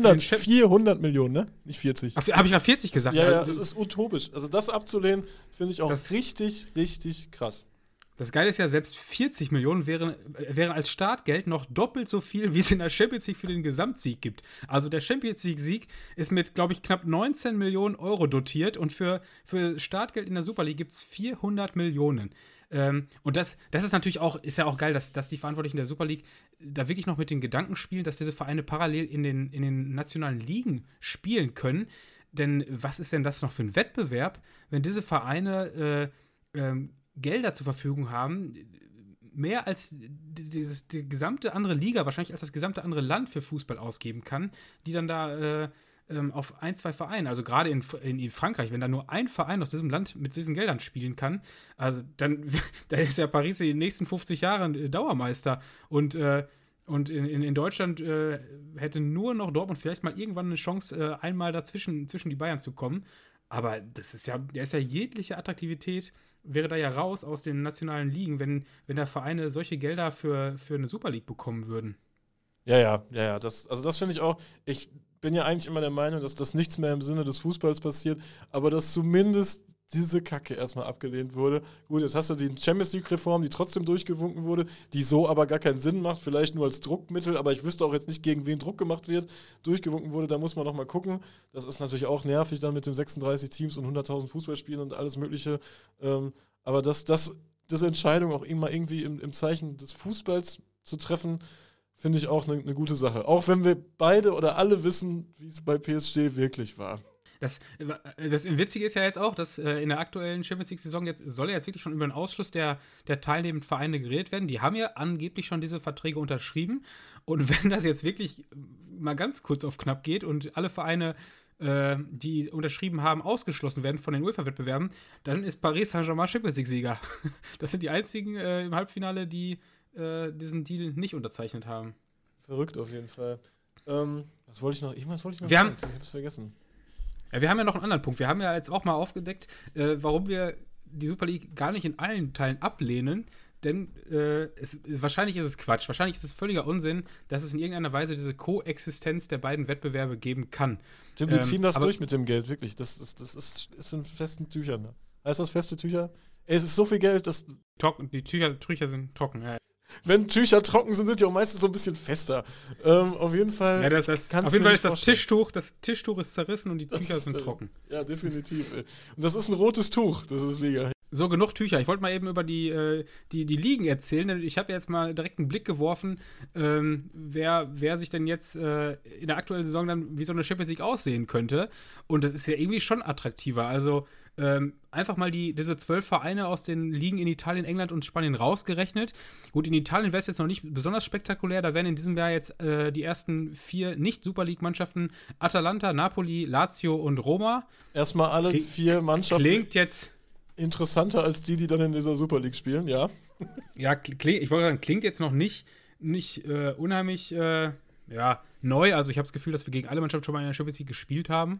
Speaker 3: 400 Millionen, ne? Nicht 40.
Speaker 2: Habe ich gerade 40 gesagt?
Speaker 3: Ja, das ist utopisch. Also das abzulehnen, finde ich auch richtig, richtig krass.
Speaker 2: Das Geile ist ja, selbst 40 Millionen wären als Startgeld noch doppelt so viel, wie es in der Champions League für den Gesamtsieg gibt. Also der Champions League-Sieg ist mit, glaube ich, knapp 19 Millionen Euro dotiert und für Startgeld in der Super League gibt es 400 Millionen. Und das ist natürlich auch, ist ja auch geil, dass die Verantwortlichen der Super League da wirklich noch mit den Gedanken spielen, dass diese Vereine parallel in den nationalen Ligen spielen können. Denn was ist denn das noch für ein Wettbewerb, wenn diese Vereine Gelder zur Verfügung haben, mehr als die gesamte andere Liga, wahrscheinlich als das gesamte andere Land für Fußball ausgeben kann, die dann da auf 1, 2 Vereine, also gerade in Frankreich, wenn da nur ein Verein aus diesem Land mit diesen Geldern spielen kann, also dann ist ja Paris in den nächsten 50 Jahren Dauermeister und in Deutschland hätte nur noch Dortmund vielleicht mal irgendwann eine Chance, einmal dazwischen zwischen die Bayern zu kommen, aber da ist ja jegliche Attraktivität wäre da ja raus aus den nationalen Ligen, wenn da Vereine solche Gelder für eine Super League bekommen würden.
Speaker 3: Ja. Das finde ich auch. Ich bin ja eigentlich immer der Meinung, dass das nichts mehr im Sinne des Fußballs passiert, aber dass zumindest diese Kacke erstmal abgelehnt wurde. Gut, jetzt hast du die Champions League-Reform, die trotzdem durchgewunken wurde, die so aber gar keinen Sinn macht, vielleicht nur als Druckmittel, aber ich wüsste auch jetzt nicht, gegen wen Druck gemacht wird, durchgewunken wurde, da muss man noch mal gucken. Das ist natürlich auch nervig dann mit den 36 Teams und 100.000 Fußballspielen und alles mögliche. Aber diese Entscheidung auch immer irgendwie im Zeichen des Fußballs zu treffen, finde ich auch eine gute Sache. Auch wenn wir beide oder alle wissen, wie es bei PSG wirklich war.
Speaker 2: Das Witzige ist ja jetzt auch, dass in der aktuellen Champions League-Saison soll ja jetzt wirklich schon über den Ausschluss der teilnehmenden Vereine geredet werden. Die haben ja angeblich schon diese Verträge unterschrieben. Und wenn das jetzt wirklich mal ganz kurz auf knapp geht und alle Vereine, die unterschrieben haben, ausgeschlossen werden von den UEFA-Wettbewerben, dann ist Paris Saint-Germain Champions League-Sieger. Das sind die einzigen im Halbfinale, die diesen Deal nicht unterzeichnet haben.
Speaker 3: Verrückt auf jeden Fall. Was wollte ich noch? Ich habe es vergessen.
Speaker 2: Ja, wir haben ja noch einen anderen Punkt. Wir haben ja jetzt auch mal aufgedeckt, warum wir die Super League gar nicht in allen Teilen ablehnen. Denn wahrscheinlich ist es Quatsch. Wahrscheinlich ist es völliger Unsinn, dass es in irgendeiner Weise diese Koexistenz der beiden Wettbewerbe geben kann.
Speaker 3: Tim, die ziehen das durch mit dem Geld, wirklich. Das ist in festen Tüchern. Ne? Heißt das feste Tücher? Ey, es ist so viel Geld, dass...
Speaker 2: Die Tücher sind trocken, ja.
Speaker 3: Wenn Tücher trocken sind, sind die auch meistens so ein bisschen fester. Auf jeden Fall.
Speaker 2: Ja, auf jeden Fall ist das Tischtuch ist zerrissen und die Tücher sind trocken.
Speaker 3: Ja, definitiv. Ey. Und das ist ein rotes Tuch, das ist Liga.
Speaker 2: So, genug Tücher. Ich wollte mal eben über die Ligen erzählen, denn ich habe jetzt mal direkt einen Blick geworfen, wer sich denn jetzt in der aktuellen Saison dann wie so eine Champions League aussehen könnte. Und das ist ja irgendwie schon attraktiver. Also einfach mal diese 12 Vereine aus den Ligen in Italien, England und Spanien rausgerechnet. Gut, in Italien wäre es jetzt noch nicht besonders spektakulär. Da wären in diesem Jahr jetzt die ersten 4 Nicht-Super-League-Mannschaften Atalanta, Napoli, Lazio und Roma.
Speaker 3: Erstmal alle 4 Mannschaften.
Speaker 2: Klingt jetzt
Speaker 3: interessanter als die dann in dieser Super League spielen, ja.
Speaker 2: Ja, ich wollte sagen, klingt jetzt noch nicht unheimlich neu. Also ich habe das Gefühl, dass wir gegen alle Mannschaften schon mal in der Champions League gespielt haben.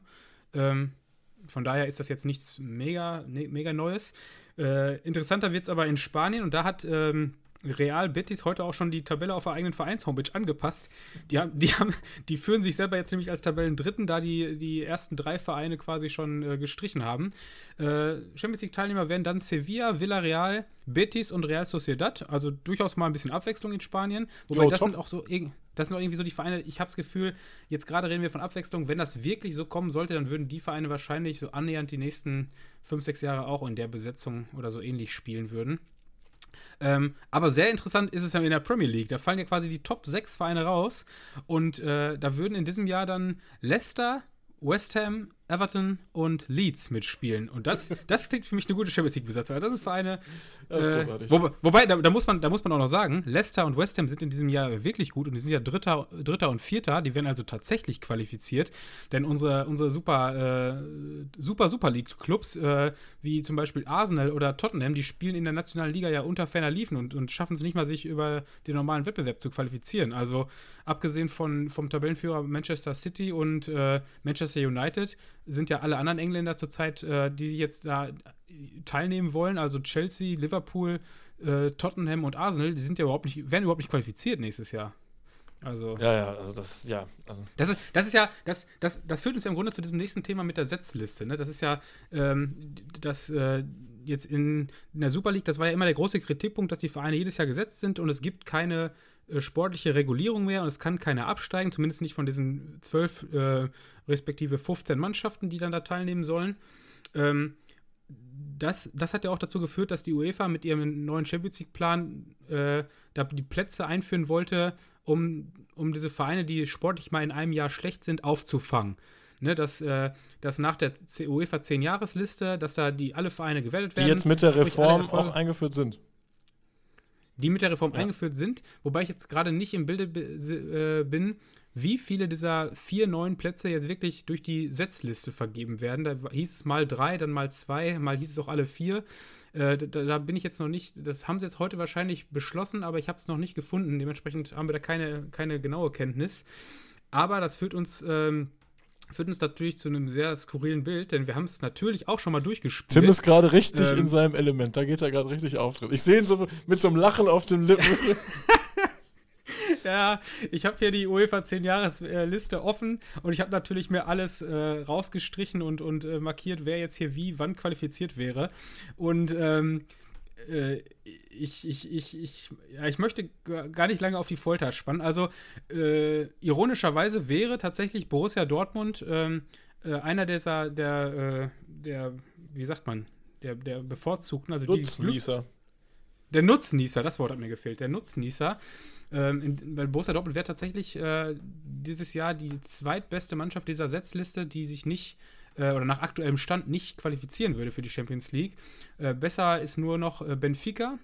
Speaker 2: Von daher ist das jetzt nichts mega Neues. Interessanter wird es aber in Spanien und da hat Real Betis heute auch schon die Tabelle auf der eigenen Vereins-Homepage angepasst. Die führen sich selber jetzt nämlich als Tabellendritten, da die ersten 3 Vereine quasi schon gestrichen haben. Champions League-Teilnehmer werden dann Sevilla, Villarreal, Betis und Real Sociedad. Also durchaus mal ein bisschen Abwechslung in Spanien. Wobei das sind auch irgendwie so die Vereine, ich habe das Gefühl, jetzt gerade reden wir von Abwechslung, wenn das wirklich so kommen sollte, dann würden die Vereine wahrscheinlich so annähernd die nächsten 5, 6 Jahre auch in der Besetzung oder so ähnlich spielen würden. Aber sehr interessant ist es ja in der Premier League. Da fallen ja quasi die Top 6 Vereine raus. Und da würden in diesem Jahr dann Leicester, West Ham, Everton und Leeds mitspielen. Und das klingt für mich eine gute Champions League-Besetzung. Das ist Vereine.
Speaker 3: Das ist großartig.
Speaker 2: Wobei, da muss man auch noch sagen, Leicester und West Ham sind in diesem Jahr wirklich gut und die sind ja Dritter und Vierter. Die werden also tatsächlich qualifiziert. Denn unsere Super League-Clubs, wie zum Beispiel Arsenal oder Tottenham, die spielen in der nationalen Liga ja unter ferner Liefen und schaffen es nicht mal, sich über den normalen Wettbewerb zu qualifizieren. Also abgesehen vom Tabellenführer Manchester City und Manchester United sind ja alle anderen Engländer zurzeit, die jetzt da teilnehmen wollen, also Chelsea, Liverpool, Tottenham und Arsenal, die sind ja werden überhaupt nicht qualifiziert nächstes Jahr. Also
Speaker 3: das
Speaker 2: führt uns ja im Grunde zu diesem nächsten Thema mit der Setzliste. Ne? Das ist ja jetzt in der Super League, das war ja immer der große Kritikpunkt, dass die Vereine jedes Jahr gesetzt sind und es gibt keine sportliche Regulierung mehr und es kann keiner absteigen, zumindest nicht von diesen 12 respektive 15 Mannschaften, die dann da teilnehmen sollen. Das hat ja auch dazu geführt, dass die UEFA mit ihrem neuen Champions League-Plan da die Plätze einführen wollte, um diese Vereine, die sportlich mal in einem Jahr schlecht sind, aufzufangen. Ne, dass nach der UEFA 10-Jahres-Liste, dass da alle Vereine gewertet werden.
Speaker 3: Die jetzt mit der Reform auch eingeführt sind.
Speaker 2: Die mit der Reform eingeführt sind, wobei ich jetzt gerade nicht im Bilde bin, wie viele dieser 4 neuen Plätze jetzt wirklich durch die Setzliste vergeben werden. Da hieß es mal 3, dann mal 2, mal hieß es auch alle 4. Da bin ich jetzt noch nicht, das haben sie jetzt heute wahrscheinlich beschlossen, aber ich habe es noch nicht gefunden. Dementsprechend haben wir da keine genaue Kenntnis. Aber das führt uns natürlich zu einem sehr skurrilen Bild, denn wir haben es natürlich auch schon mal durchgespielt.
Speaker 3: Tim ist gerade richtig in seinem Element, da geht er gerade richtig auf drin. Ich sehe ihn so mit so einem Lachen auf den Lippen.
Speaker 2: Ja, ich habe hier die UEFA 10-Jahres-Liste offen und ich habe natürlich mir alles rausgestrichen und markiert, wer jetzt hier wie, wann qualifiziert wäre. Und ich möchte gar nicht lange auf die Folter spannen. Also, ironischerweise wäre tatsächlich Borussia Dortmund einer der wie sagt man, der bevorzugten, also
Speaker 3: Nutznießer.
Speaker 2: Der Nutznießer, das Wort hat mir gefehlt. Der Nutznießer. Weil Borussia Dortmund wäre tatsächlich dieses Jahr die zweitbeste Mannschaft dieser Setzliste, die sich nicht oder nach aktuellem Stand nicht qualifizieren würde für die Champions League. Besser ist nur noch Benfica.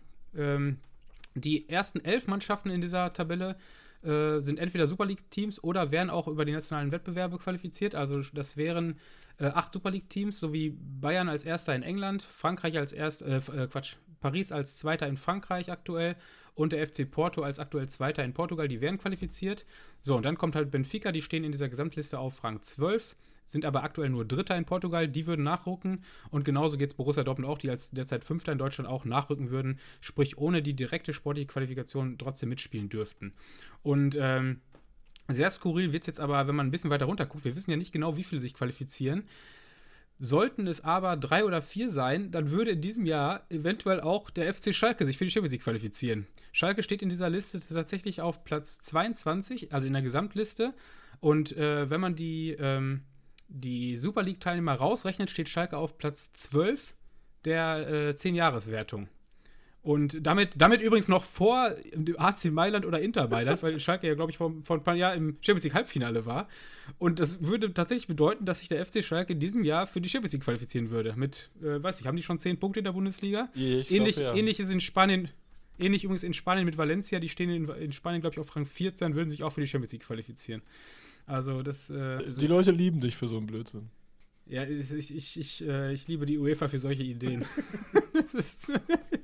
Speaker 2: Die ersten 11 Mannschaften in dieser Tabelle sind entweder Super League-Teams oder wären auch über die nationalen Wettbewerbe qualifiziert. Also das wären 8 Super League-Teams, sowie Bayern als Erster in England, Frankreich als Paris als Zweiter in Frankreich aktuell und der FC Porto als aktuell Zweiter in Portugal, die wären qualifiziert. So, und dann kommt halt Benfica, die stehen in dieser Gesamtliste auf Rang 12, sind aber aktuell nur Dritter in Portugal, die würden nachrücken und genauso geht es Borussia Dortmund auch, die als derzeit Fünfter in Deutschland auch nachrücken würden, sprich ohne die direkte sportliche Qualifikation trotzdem mitspielen dürften. Und sehr skurril wird es jetzt aber, wenn man ein bisschen weiter runter guckt, wir wissen ja nicht genau, wie viele sich qualifizieren. Sollten es aber 3 oder 4 sein, dann würde in diesem Jahr eventuell auch der FC Schalke sich für die Champions League qualifizieren. Schalke steht in dieser Liste tatsächlich auf Platz 22, also in der Gesamtliste. Und wenn man die Super League-Teilnehmer rausrechnet, steht Schalke auf Platz 12 der 10-Jahres-Wertung. Und damit übrigens noch vor dem AC Mailand oder Inter Mailand, weil Schalke ja, glaube ich, vor ein paar Jahren im Champions League Halbfinale war. Und das würde tatsächlich bedeuten, dass sich der FC Schalke in diesem Jahr für die Champions League qualifizieren würde. Mit, haben die schon 10 Punkte in der Bundesliga? Ähnlich ist in Spanien, ähnlich übrigens in Spanien mit Valencia, die stehen in Spanien, glaube ich, auf Rang 14, würden sich auch für die Champions League qualifizieren. Also das
Speaker 3: die Leute lieben dich für so einen Blödsinn.
Speaker 2: Ja, ich liebe die UEFA für solche Ideen. Das ist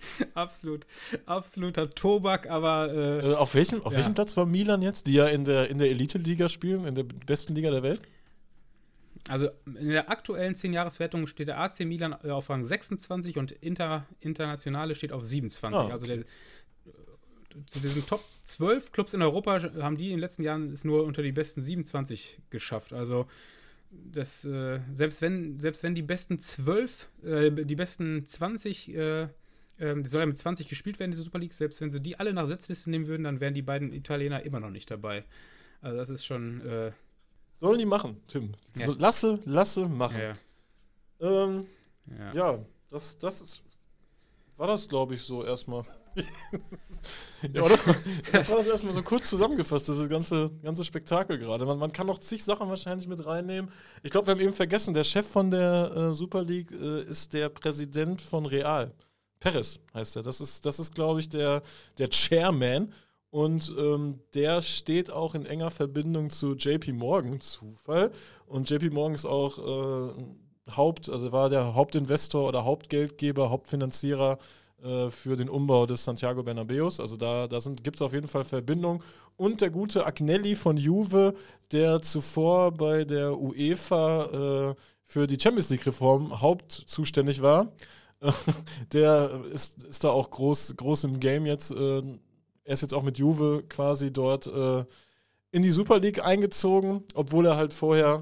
Speaker 2: absoluter Tobak, aber
Speaker 3: auf welchem Platz war Milan jetzt, die ja in der Elite-Liga spielen, in der besten Liga der Welt?
Speaker 2: Also in der aktuellen 10-Jahres-Wertung steht der AC Milan auf Rang 26 und Internationale steht auf 27.
Speaker 3: Okay.
Speaker 2: Also zu diesen Top 12 Clubs in Europa haben die in den letzten Jahren es nur unter die besten 27 geschafft. Also das, selbst wenn die besten 12, die besten 20, die soll ja mit 20 gespielt werden, diese Super League, selbst wenn sie die alle nach Setzliste nehmen würden, dann wären die beiden Italiener immer noch nicht dabei. Also das ist schon
Speaker 3: sollen die machen, Tim. Ja. Lasse machen.
Speaker 2: Ja.
Speaker 3: Ja, das ist, war das, glaube ich, so erstmal. Ja, oder? Das war das erstmal so kurz zusammengefasst, das ganze Spektakel gerade. Man kann noch zig Sachen wahrscheinlich mit reinnehmen. Ich glaube, wir haben eben vergessen, der Chef von der Super League ist der Präsident von Real. Perez heißt er. Das ist glaube ich, der Chairman. Und der steht auch in enger Verbindung zu JP Morgan, Zufall. Und JP Morgan ist auch war der Hauptinvestor oder Hauptgeldgeber, Hauptfinanzierer für den Umbau des Santiago Bernabéus. Also da gibt es auf jeden Fall Verbindungen. Und der gute Agnelli von Juve, der zuvor bei der UEFA für die Champions League-Reform hauptzuständig war, der ist da auch groß im Game jetzt. Er ist jetzt auch mit Juve quasi dort in die Super League eingezogen, obwohl er halt vorher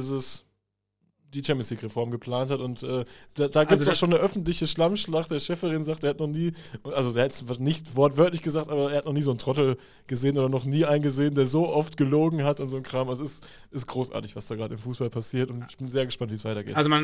Speaker 3: die Champions League-Reform geplant hat. Und da gibt es auch schon eine öffentliche Schlammschlacht. Der Schäferin sagt, er hat noch nie, also er hat es nicht wortwörtlich gesagt, aber er hat noch nie so einen Trottel gesehen oder noch nie einen gesehen, der so oft gelogen hat und so ein Kram. Also es ist großartig, was da gerade im Fußball passiert, und ich bin sehr gespannt, wie es weitergeht.
Speaker 2: Also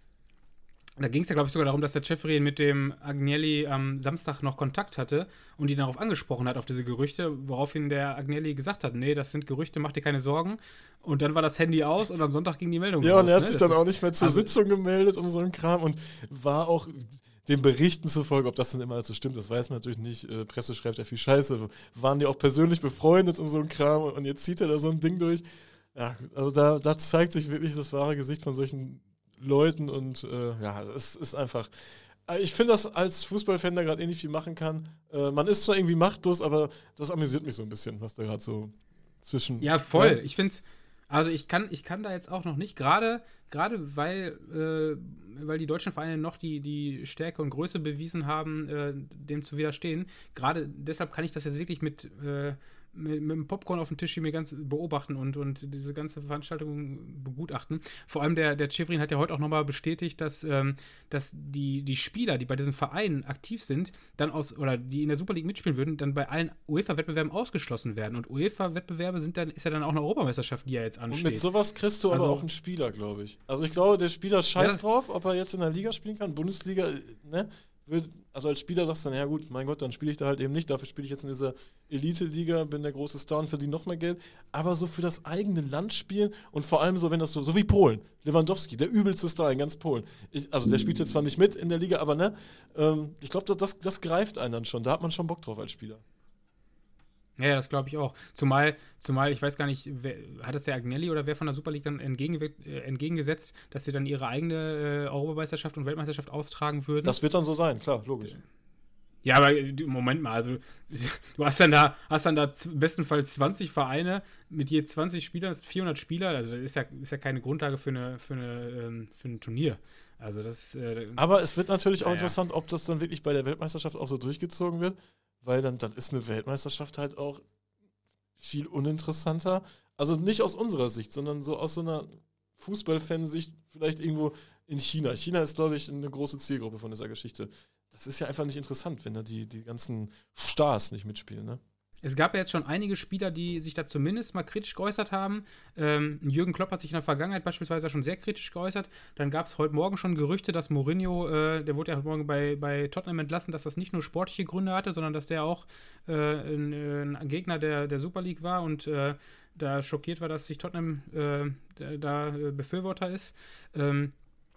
Speaker 2: da ging es ja, glaube ich, sogar darum, dass der Schäferin mit dem Agnelli am Samstag noch Kontakt hatte und ihn darauf angesprochen hat, auf diese Gerüchte, woraufhin der Agnelli gesagt hat, nee, das sind Gerüchte, mach dir keine Sorgen. Und dann war das Handy aus und am Sonntag ging die Meldung raus.
Speaker 3: Ja, und er hat sich dann auch nicht mehr zur Sitzung gemeldet und so ein Kram und war auch den Berichten zufolge, ob das dann immer so stimmt, das weiß man natürlich nicht. Presse schreibt ja viel Scheiße. Waren die auch persönlich befreundet und so ein Kram, und jetzt zieht er da so ein Ding durch. Ja, also da zeigt sich wirklich das wahre Gesicht von solchen Leuten, und es ist einfach. Ich finde das als Fußballfan, der gerade eh nicht viel machen kann. Man ist zwar irgendwie machtlos, aber das amüsiert mich so ein bisschen, was da gerade so zwischen.
Speaker 2: Ja, voll. Ja. Ich finde es. Also ich kann da jetzt auch noch nicht, gerade weil die deutschen Vereine noch die Stärke und Größe bewiesen haben, dem zu widerstehen. Gerade deshalb kann ich das jetzt wirklich mit dem Popcorn auf dem Tisch hier mir ganz beobachten und diese ganze Veranstaltung begutachten. Vor allem der Schäferin hat ja heute auch nochmal bestätigt, dass die Spieler, die bei diesen Vereinen aktiv sind, oder die in der Super League mitspielen würden, dann bei allen UEFA-Wettbewerben ausgeschlossen werden. Und UEFA-Wettbewerbe ist ja dann auch eine Europameisterschaft, die ja jetzt ansteht.
Speaker 3: Und mit sowas kriegst du aber auch einen Spieler, glaube ich. Also ich glaube, der Spieler scheißt drauf, ob er jetzt in der Liga spielen kann, Bundesliga, ne? Also als Spieler sagst du dann, ja gut, mein Gott, dann spiele ich da halt eben nicht, dafür spiele ich jetzt in dieser Elite-Liga, bin der große Star und verdiene noch mehr Geld. Aber so für das eigene Land spielen, und vor allem so, wenn das so wie Polen, Lewandowski, der übelste Star in ganz Polen. Also der spielt jetzt zwar nicht mit in der Liga, aber ne, ich glaube, das greift einen dann schon, da hat man schon Bock drauf als Spieler.
Speaker 2: Ja, das glaube ich auch. Zumal, ich weiß gar nicht, hat es der Agnelli oder wer von der Super League dann entgegengesetzt, dass sie dann ihre eigene Europameisterschaft und Weltmeisterschaft austragen würden?
Speaker 3: Das wird dann so sein, klar, logisch.
Speaker 2: Ja, aber Moment mal, also du hast dann da im besten Fall 20 Vereine mit je 20 Spielern, 400 Spieler, also das ist ja keine Grundlage für ein Turnier. Also das.
Speaker 3: Aber es wird natürlich auch interessant, ob das dann wirklich bei der Weltmeisterschaft auch so durchgezogen wird. Weil dann ist eine Weltmeisterschaft halt auch viel uninteressanter. Also nicht aus unserer Sicht, sondern so aus so einer Fußballfansicht vielleicht irgendwo in China. China ist, glaube ich, eine große Zielgruppe von dieser Geschichte. Das ist ja einfach nicht interessant, wenn da die ganzen Stars nicht mitspielen, ne?
Speaker 2: Es gab ja jetzt schon einige Spieler, die sich da zumindest mal kritisch geäußert haben. Jürgen Klopp hat sich in der Vergangenheit beispielsweise schon sehr kritisch geäußert. Dann gab es heute Morgen schon Gerüchte, dass Mourinho, der wurde ja heute Morgen bei Tottenham entlassen, dass das nicht nur sportliche Gründe hatte, sondern dass der auch ein Gegner der Super League war und da schockiert war, dass sich Tottenham da Befürworter ist. Und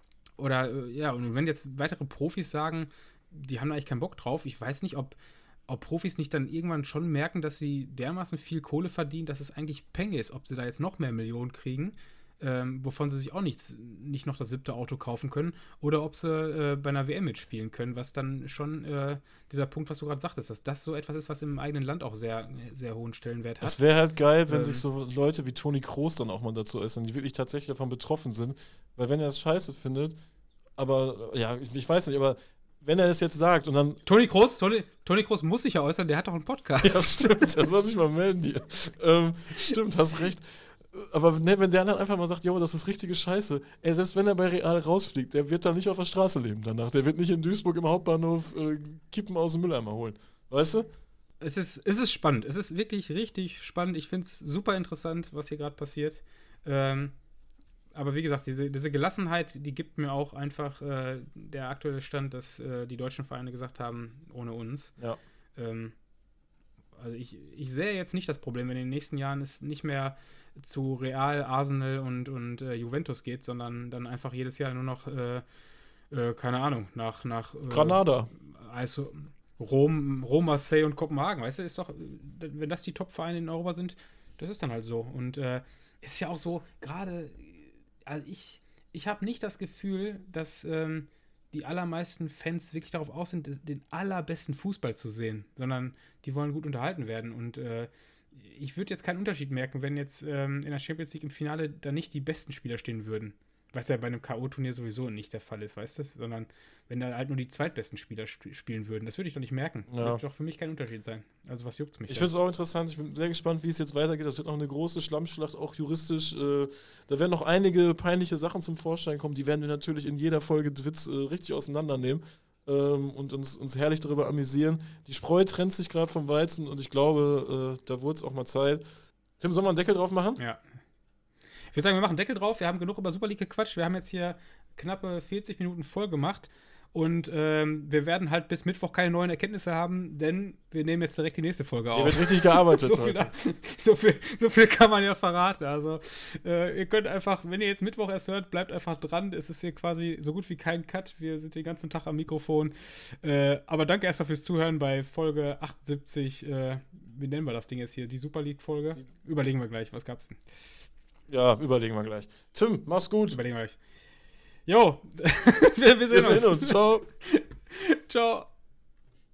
Speaker 2: wenn jetzt weitere Profis sagen, die haben da eigentlich keinen Bock drauf, ich weiß nicht, ob Profis nicht dann irgendwann schon merken, dass sie dermaßen viel Kohle verdienen, dass es eigentlich Penge ist, ob sie da jetzt noch mehr Millionen kriegen, wovon sie sich auch nicht noch das 7. Auto kaufen können, oder ob sie bei einer WM mitspielen können, was dann schon dieser Punkt, was du gerade sagtest, dass das so etwas ist, was im eigenen Land auch sehr, sehr hohen Stellenwert hat.
Speaker 3: Es wäre halt geil, wenn sich so Leute wie Toni Kroos dann auch mal dazu äußern, die wirklich tatsächlich davon betroffen sind, weil wenn er es scheiße findet, aber ja, ich weiß nicht, aber wenn er das jetzt sagt und dann.
Speaker 2: Toni Kroos muss sich ja äußern, der hat doch einen Podcast.
Speaker 3: Ja, stimmt, der soll sich mal melden hier. Stimmt, hast recht. Aber ne, wenn der dann einfach mal sagt, jo, das ist richtige Scheiße, selbst wenn er bei Real rausfliegt, der wird da nicht auf der Straße leben danach. Der wird nicht in Duisburg im Hauptbahnhof Kippen aus dem Mülleimer holen. Weißt du?
Speaker 2: Es ist spannend. Es ist wirklich richtig spannend. Ich finde es super interessant, was hier gerade passiert. Aber wie gesagt, diese Gelassenheit, die gibt mir auch einfach der aktuelle Stand, dass die deutschen Vereine gesagt haben, ohne uns.
Speaker 3: Ja.
Speaker 2: Also ich sehe jetzt nicht das Problem, wenn in den nächsten Jahren es nicht mehr zu Real, Arsenal und Juventus geht, sondern dann einfach jedes Jahr nur noch, keine Ahnung, nach
Speaker 3: Granada.
Speaker 2: Also Rom, Marseille und Kopenhagen, weißt du, ist doch, wenn das die Top-Vereine in Europa sind, das ist dann halt so. Und ist ja auch so, gerade, also ich habe nicht das Gefühl, dass die allermeisten Fans wirklich darauf aus sind, den allerbesten Fußball zu sehen, sondern die wollen gut unterhalten werden. Und ich würde jetzt keinen Unterschied merken, wenn jetzt in der Champions League im Finale da nicht die besten Spieler stehen würden. Was ja bei einem K.O.-Turnier sowieso nicht der Fall ist, weißt du? Sondern wenn da halt nur die zweitbesten Spieler spielen würden. Das würde ich doch nicht merken.
Speaker 3: Ja.
Speaker 2: Wird doch für mich kein Unterschied sein. Also was juckt's mich?
Speaker 3: Ich finde es auch interessant. Ich bin sehr gespannt, wie es jetzt weitergeht. Das wird noch eine große Schlammschlacht, auch juristisch. Da werden noch einige peinliche Sachen zum Vorschein kommen. Die werden wir natürlich in jeder Folge Twitz richtig auseinandernehmen und uns herrlich darüber amüsieren. Die Spreu trennt sich gerade vom Weizen und ich glaube, da wurde es auch mal Zeit. Tim, sollen wir einen Deckel drauf machen?
Speaker 2: Ja. Ich würde sagen, wir machen Deckel drauf. Wir haben genug über Super League gequatscht. Wir haben jetzt hier knappe 40 Minuten voll gemacht. Und wir werden halt bis Mittwoch keine neuen Erkenntnisse haben, denn wir nehmen jetzt direkt die nächste Folge auf.
Speaker 3: Hier wird richtig gearbeitet heute.
Speaker 2: So viel kann man ja verraten. Also ihr könnt einfach, wenn ihr jetzt Mittwoch erst hört, bleibt einfach dran. Es ist hier quasi so gut wie kein Cut. Wir sind den ganzen Tag am Mikrofon. Aber danke erstmal fürs Zuhören bei Folge 78. Wie nennen wir das Ding jetzt hier? Die Super League-Folge? Überlegen wir gleich. Was gab's denn?
Speaker 3: Ja, überlegen wir gleich. Tim, mach's gut.
Speaker 2: Überlegen wir gleich. Jo, wir sehen uns.
Speaker 3: Ciao.
Speaker 2: Ciao.